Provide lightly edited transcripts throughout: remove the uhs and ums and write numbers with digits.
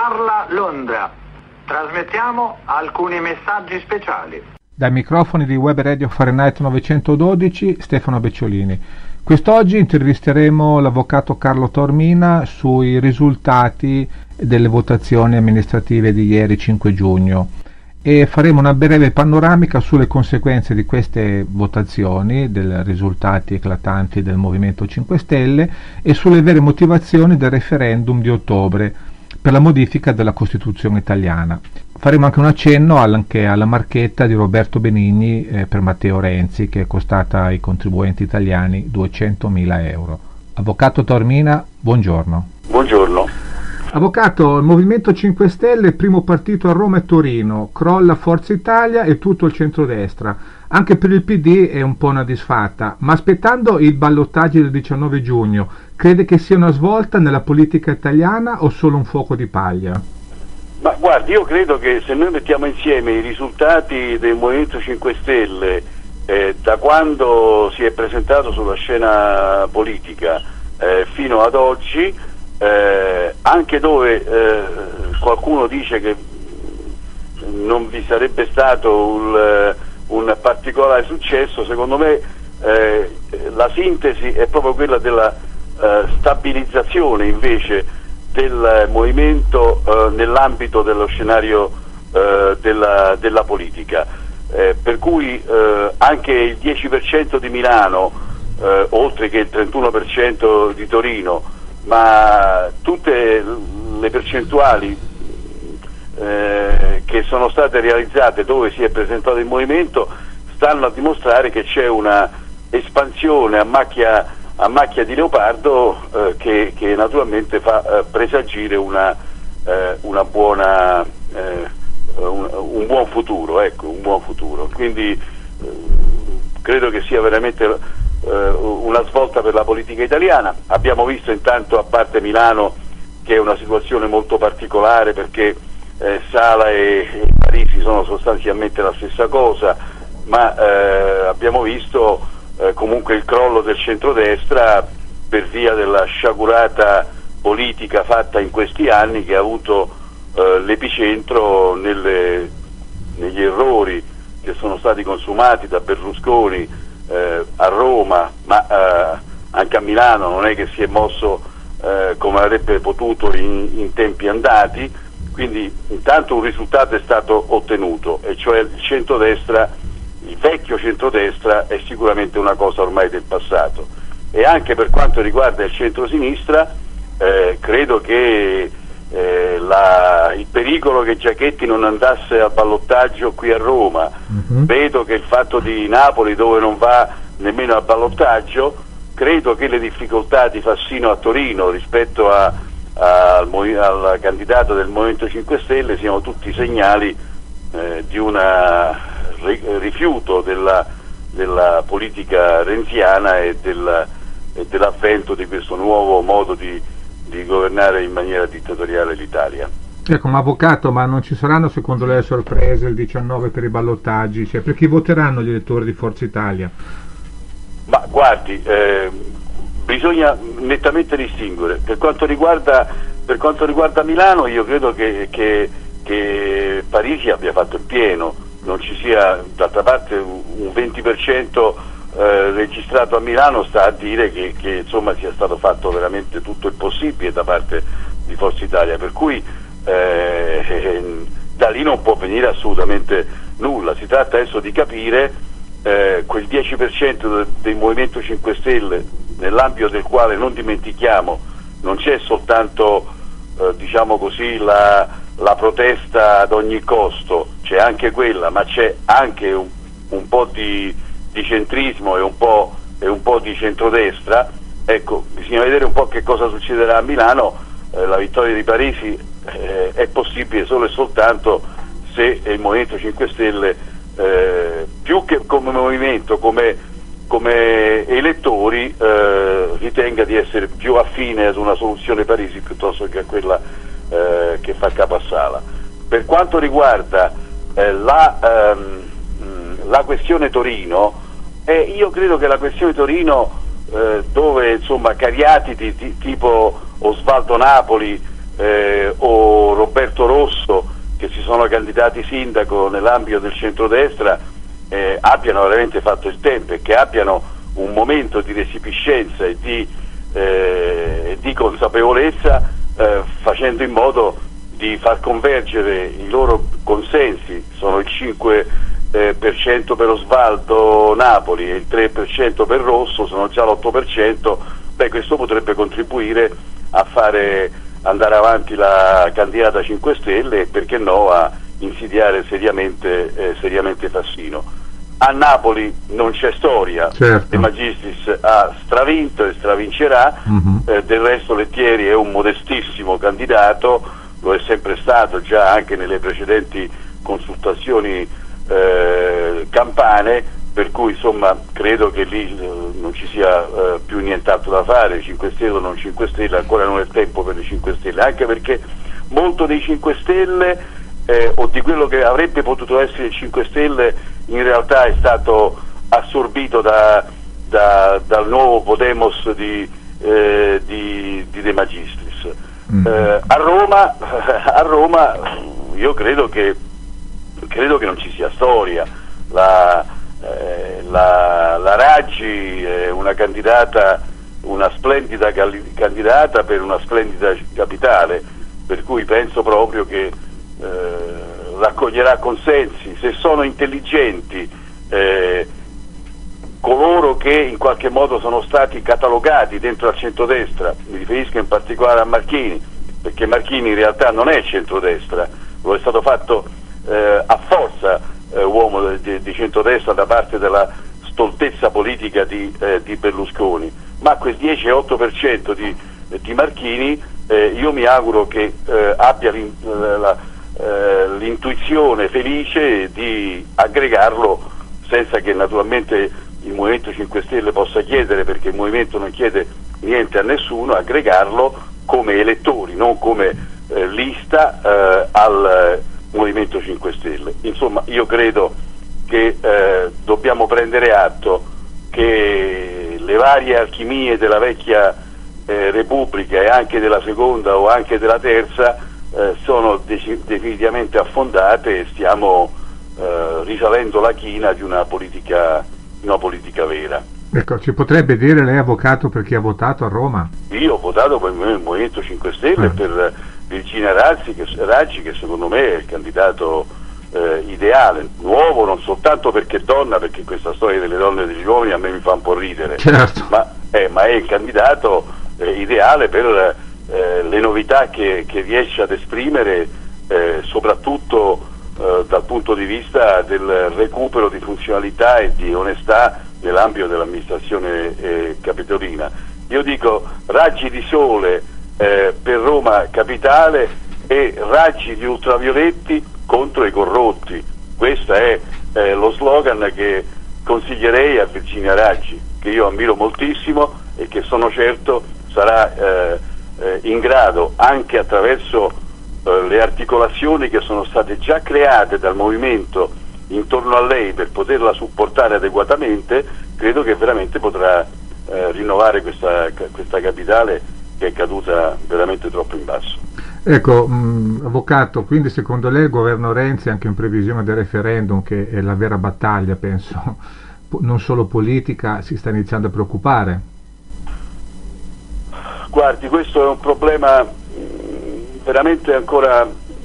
Parla Londra. Trasmettiamo alcuni messaggi speciali. Dai microfoni di Web Radio Fahrenheit 912, Stefano Becciolini. Quest'oggi intervisteremo l'avvocato Carlo Taormina sui risultati delle votazioni amministrative di ieri 5 giugno e faremo una breve panoramica sulle conseguenze di queste votazioni, dei risultati eclatanti del Movimento 5 Stelle e sulle vere motivazioni del referendum di ottobre per la modifica della Costituzione italiana. Faremo anche un accenno anche alla marchetta di Roberto Benigni per Matteo Renzi, che è costata ai contribuenti italiani 200.000 euro. Avvocato Taormina, buongiorno. Buongiorno. Avvocato, il Movimento 5 Stelle, primo partito a Roma e Torino, crolla Forza Italia e tutto il centrodestra. Anche per il PD è un po' una disfatta, ma aspettando i ballottaggi del 19 giugno, crede che sia una svolta nella politica italiana o solo un fuoco di paglia? Ma guardi, io credo che se noi mettiamo insieme i risultati del Movimento 5 Stelle da quando si è presentato sulla scena politica fino ad oggi, anche dove qualcuno dice che non vi sarebbe stato un particolare successo, secondo me la sintesi è proprio quella della stabilizzazione invece del movimento nell'ambito dello scenario della politica, per cui anche il 10% di Milano, oltre che il 31% di Torino, ma tutte le percentuali che sono state realizzate dove si è presentato il movimento stanno a dimostrare che c'è una espansione a macchia di leopardo che naturalmente fa presagire un buon futuro, ecco, un buon futuro. Quindi credo che sia veramente una svolta per la politica italiana. Abbiamo visto intanto, a parte Milano, che è una situazione molto particolare perché Sala e Parisi sono sostanzialmente la stessa cosa, ma abbiamo visto comunque il crollo del centrodestra per via della sciagurata politica fatta in questi anni, che ha avuto l'epicentro negli errori che sono stati consumati da Berlusconi a Roma, ma anche a Milano non è che si è mosso come avrebbe potuto in tempi andati. Quindi intanto un risultato è stato ottenuto, e cioè il centrodestra, il vecchio centrodestra, è sicuramente una cosa ormai del passato. E anche per quanto riguarda il centrosinistra, credo che il pericolo che Giachetti non andasse al ballottaggio qui a Roma, vedo che il fatto di Napoli, dove non va nemmeno al ballottaggio, credo che le difficoltà di Fassino a Torino rispetto al candidato del Movimento 5 Stelle siano tutti segnali di un rifiuto della politica renziana e dell'avvento di questo nuovo modo di governare in maniera dittatoriale l'Italia. Ecco, ma avvocato, ma non ci saranno secondo lei sorprese il 19 per i ballottaggi? Cioè, per chi voteranno gli elettori di Forza Italia? Ma guardi, bisogna nettamente distinguere. Per quanto riguarda Milano, io credo che Parisi abbia fatto il pieno, non ci sia, d'altra parte un 20% registrato a Milano sta a dire che insomma sia stato fatto veramente tutto il possibile da parte di Forza Italia, per cui da lì non può venire assolutamente nulla. Si tratta adesso di capire quel 10% del Movimento 5 Stelle, nell'ambito del quale, non dimentichiamo, non c'è soltanto diciamo così la protesta ad ogni costo, c'è anche quella, ma c'è anche un po' di centrismo e un po' di centrodestra. Ecco, bisogna vedere un po' che cosa succederà a Milano. La vittoria di Parisi è possibile solo e soltanto se il Movimento 5 Stelle, più che come movimento, come elettori, ritenga di essere più affine ad una soluzione Parisi piuttosto che a quella che fa capo a Sala. Per quanto riguarda la questione Torino, io credo che la questione Torino, dove insomma cariatidi tipo Osvaldo Napoli o Roberto Rosso, che si sono candidati sindaco nell'ambito del centrodestra, abbiano veramente fatto il tempo e che abbiano un momento di resipiscenza e di consapevolezza, facendo in modo di far convergere i loro consensi. Sono il 5% per Osvaldo Napoli e il 3% per Rosso, sono già l'8%. Questo potrebbe contribuire a fare andare avanti la candidata 5 Stelle e perché no a insidiare seriamente Fassino. A Napoli non c'è storia, certo. De Magistris ha stravinto e stravincerà, del resto Lettieri è un modestissimo candidato, lo è sempre stato già anche nelle precedenti consultazioni campane, per cui insomma credo che lì non ci sia più nient'altro da fare, 5 Stelle o non 5 Stelle, ancora non è tempo per le 5 Stelle, anche perché molto dei 5 Stelle o di quello che avrebbe potuto essere il 5 Stelle in realtà è stato assorbito dal nuovo Podemos di De Magistris. A Roma io credo che non ci sia storia. La Raggi è una candidata, una splendida candidata per una splendida capitale, per cui penso proprio che raccoglierà consensi. Se sono intelligenti coloro che in qualche modo sono stati catalogati dentro al centrodestra, mi riferisco in particolare a Marchini, perché Marchini in realtà non è centrodestra, lo è stato fatto a forza uomo di centrodestra da parte della stoltezza politica di Berlusconi, ma quel 10-8% di Marchini io mi auguro che abbia l'intuizione felice di aggregarlo, senza che naturalmente il Movimento 5 Stelle possa chiedere, perché il Movimento non chiede niente a nessuno, aggregarlo come elettori, non come lista al Movimento 5 Stelle. Insomma, io credo che dobbiamo prendere atto che le varie alchimie della vecchia Repubblica e anche della seconda o anche della terza sono definitivamente affondate e stiamo risalendo la china di una politica vera. Ecco, ci potrebbe dire, lei avvocato, per chi ha votato a Roma? Io ho votato per il Movimento 5 Stelle per Virginia Raggi, che secondo me è il candidato ideale, nuovo non soltanto perché è donna, perché questa storia delle donne e degli uomini a me mi fa un po' ridere, certo. ma è il candidato ideale per le novità che riesce ad esprimere, soprattutto dal punto di vista del recupero di funzionalità e di onestà nell'ambito dell'amministrazione capitolina. Io dico raggi di sole per Roma Capitale e raggi di ultravioletti contro i corrotti. Questo è lo slogan che consiglierei a Virginia Raggi, che io ammiro moltissimo e che sono certo sarà in grado, anche attraverso le articolazioni che sono state già create dal movimento intorno a lei per poterla supportare adeguatamente, credo che veramente potrà rinnovare questa capitale che è caduta veramente troppo in basso. Ecco, avvocato, quindi secondo lei il governo Renzi, anche in previsione del referendum, che è la vera battaglia, penso, non solo politica, si sta iniziando a preoccupare? Guardi, questo è un problema veramente ancora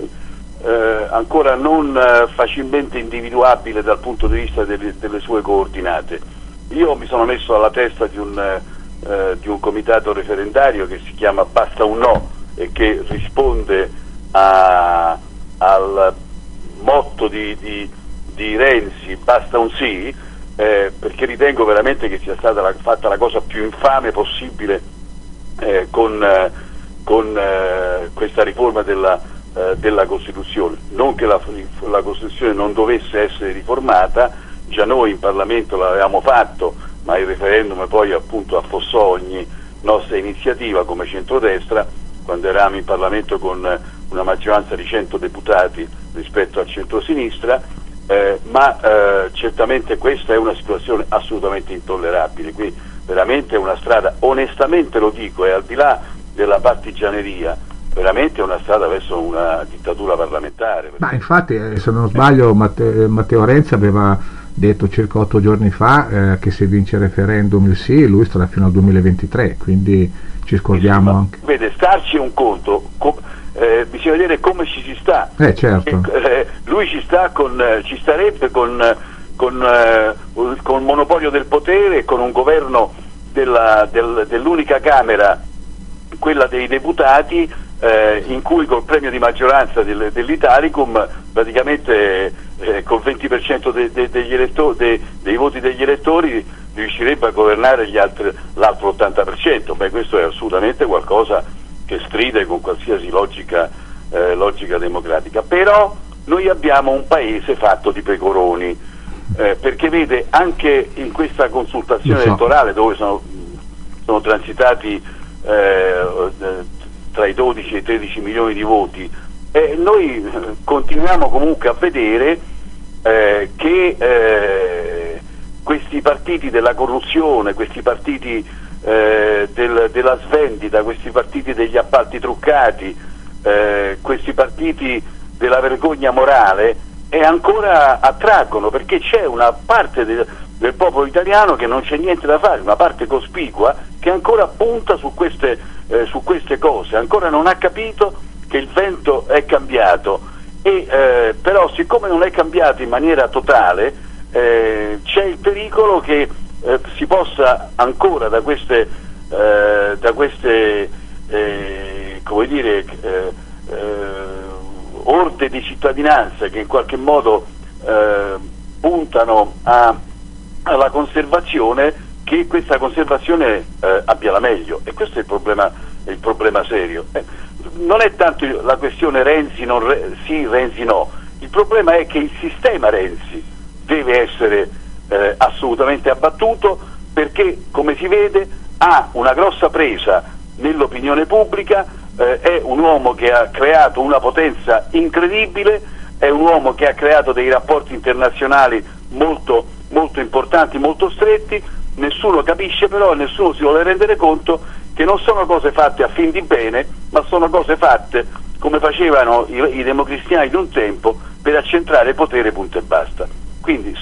non facilmente individuabile dal punto di vista delle sue coordinate. Io mi sono messo alla testa di un comitato referendario che si chiama Basta un no e che risponde al motto di Renzi, basta un sì, perché ritengo veramente che sia stata fatta la cosa più infame possibile con questa riforma della Costituzione. Non che la Costituzione non dovesse essere riformata, già noi in Parlamento l'avevamo fatto, ma il referendum poi appunto affossò ogni nostra iniziativa come centrodestra, quando eravamo in Parlamento con una maggioranza di 100 deputati rispetto al centrosinistra, ma certamente questa è una situazione assolutamente intollerabile. Qui veramente è una strada, onestamente lo dico, al di là della partigianeria, veramente una strada verso una dittatura parlamentare. Ma infatti, se non sbaglio, Matteo Renzi aveva detto circa 8 giorni fa che se vince il referendum il sì, lui starà fino al 2023, quindi ci scordiamo sì, anche. Vede, starci è un conto, bisogna vedere come ci si sta. Certo. Lui ci starebbe con monopolio del potere e con un governo dell'unica Camera, quella dei deputati, in cui col premio di maggioranza dell'Italicum praticamente col 20% dei voti degli elettori riuscirebbe a governare l'altro 80%. Beh, questo è assolutamente qualcosa che stride con qualsiasi logica democratica. Però noi abbiamo un paese fatto di pecoroni, perché vede, anche in questa consultazione elettorale dove sono transitati tra i 12 e i 13 milioni di voti, noi continuiamo comunque a vedere che questi partiti della corruzione, questi partiti della svendita, questi partiti degli appalti truccati, questi partiti della vergogna morale ancora attraggono, perché c'è una parte del popolo italiano che non c'è niente da fare, una parte cospicua che ancora punta su queste cose, ancora non ha capito che il vento è cambiato, però siccome non è cambiato in maniera totale, c'è il pericolo che si possa ancora da queste come dire, orde di cittadinanza che in qualche modo puntano alla conservazione, che questa conservazione abbia la meglio, e questo è il problema serio. Non è tanto la questione Renzi sì, Renzi no, il problema è che il sistema Renzi deve essere assolutamente abbattuto, perché, come si vede, ha una grossa presa nell'opinione pubblica, è un uomo che ha creato una potenza incredibile, è un uomo che ha creato dei rapporti internazionali molto, molto importanti, molto stretti. Nessuno capisce però, nessuno si vuole rendere conto che non sono cose fatte a fin di bene, ma sono cose fatte come facevano i democristiani di un tempo, per accentrare il potere, punto e basta. Quindi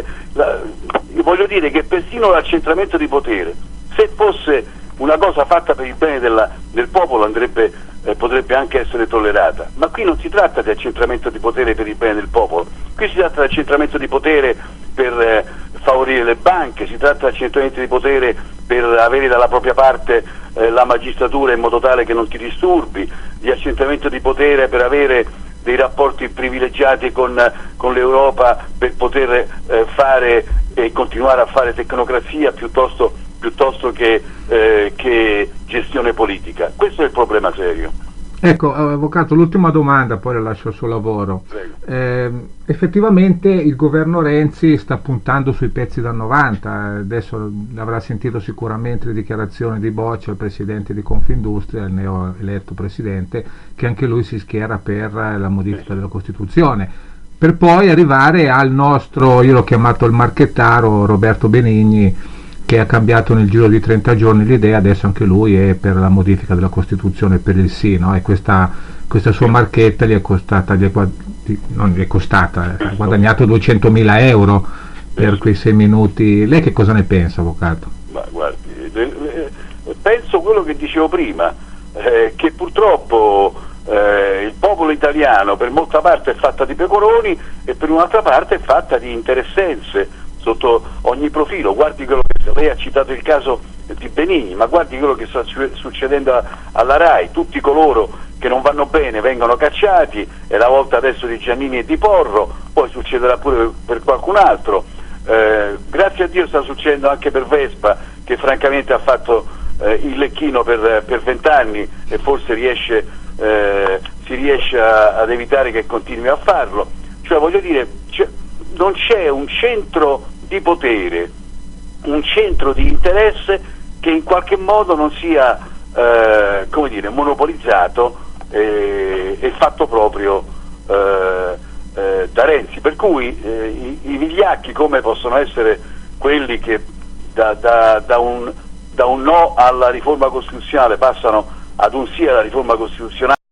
io voglio dire che persino l'accentramento di potere, se fosse una cosa fatta per il bene del popolo, potrebbe anche essere tollerata, ma qui non si tratta di accentramento di potere per il bene del popolo, qui si tratta di accentramento di potere per favorire le banche, si tratta di accentramento di potere per avere dalla propria parte la magistratura in modo tale che non ti disturbi, di accentramento di potere per avere dei rapporti privilegiati con l'Europa, per poter fare e continuare a fare tecnocrazia piuttosto che gestione politica. Questo è il problema serio. Ecco, avvocato, l'ultima domanda, poi la lascio al suo lavoro. Effettivamente il governo Renzi sta puntando sui pezzi da 90, adesso avrà sentito sicuramente le dichiarazioni di Boccia, il presidente di Confindustria, il neo eletto presidente, che anche lui si schiera per la modifica della Costituzione, per poi arrivare al nostro, io l'ho chiamato il marchettaro, Roberto Benigni, che ha cambiato nel giro di 30 giorni l'idea, adesso anche lui è per la modifica della Costituzione, per il sì, no? E questa sua marchetta ha guadagnato 200.000 euro per quei 6 minuti. Lei che cosa ne pensa, avvocato? Ma guardi, penso quello che dicevo prima, che purtroppo il popolo italiano per molta parte è fatta di pecoroni e per un'altra parte è fatta di interessenze sotto ogni profilo. Guardi quello che lei ha citato, il caso di Benigni, ma guardi quello che sta succedendo alla RAI, tutti coloro che non vanno bene vengono cacciati, è la volta adesso di Giannini e di Porro, poi succederà pure per qualcun altro, grazie a Dio sta succedendo anche per Vespa, che francamente ha fatto il lecchino per 20 anni e forse si riesce ad evitare che continui a farlo. Cioè, voglio dire, non c'è un centro di potere, un centro di interesse che in qualche modo non sia come dire, monopolizzato e fatto proprio da Renzi, per cui i vigliacchi come possono essere quelli che da un no alla riforma costituzionale passano ad un sì alla riforma costituzionale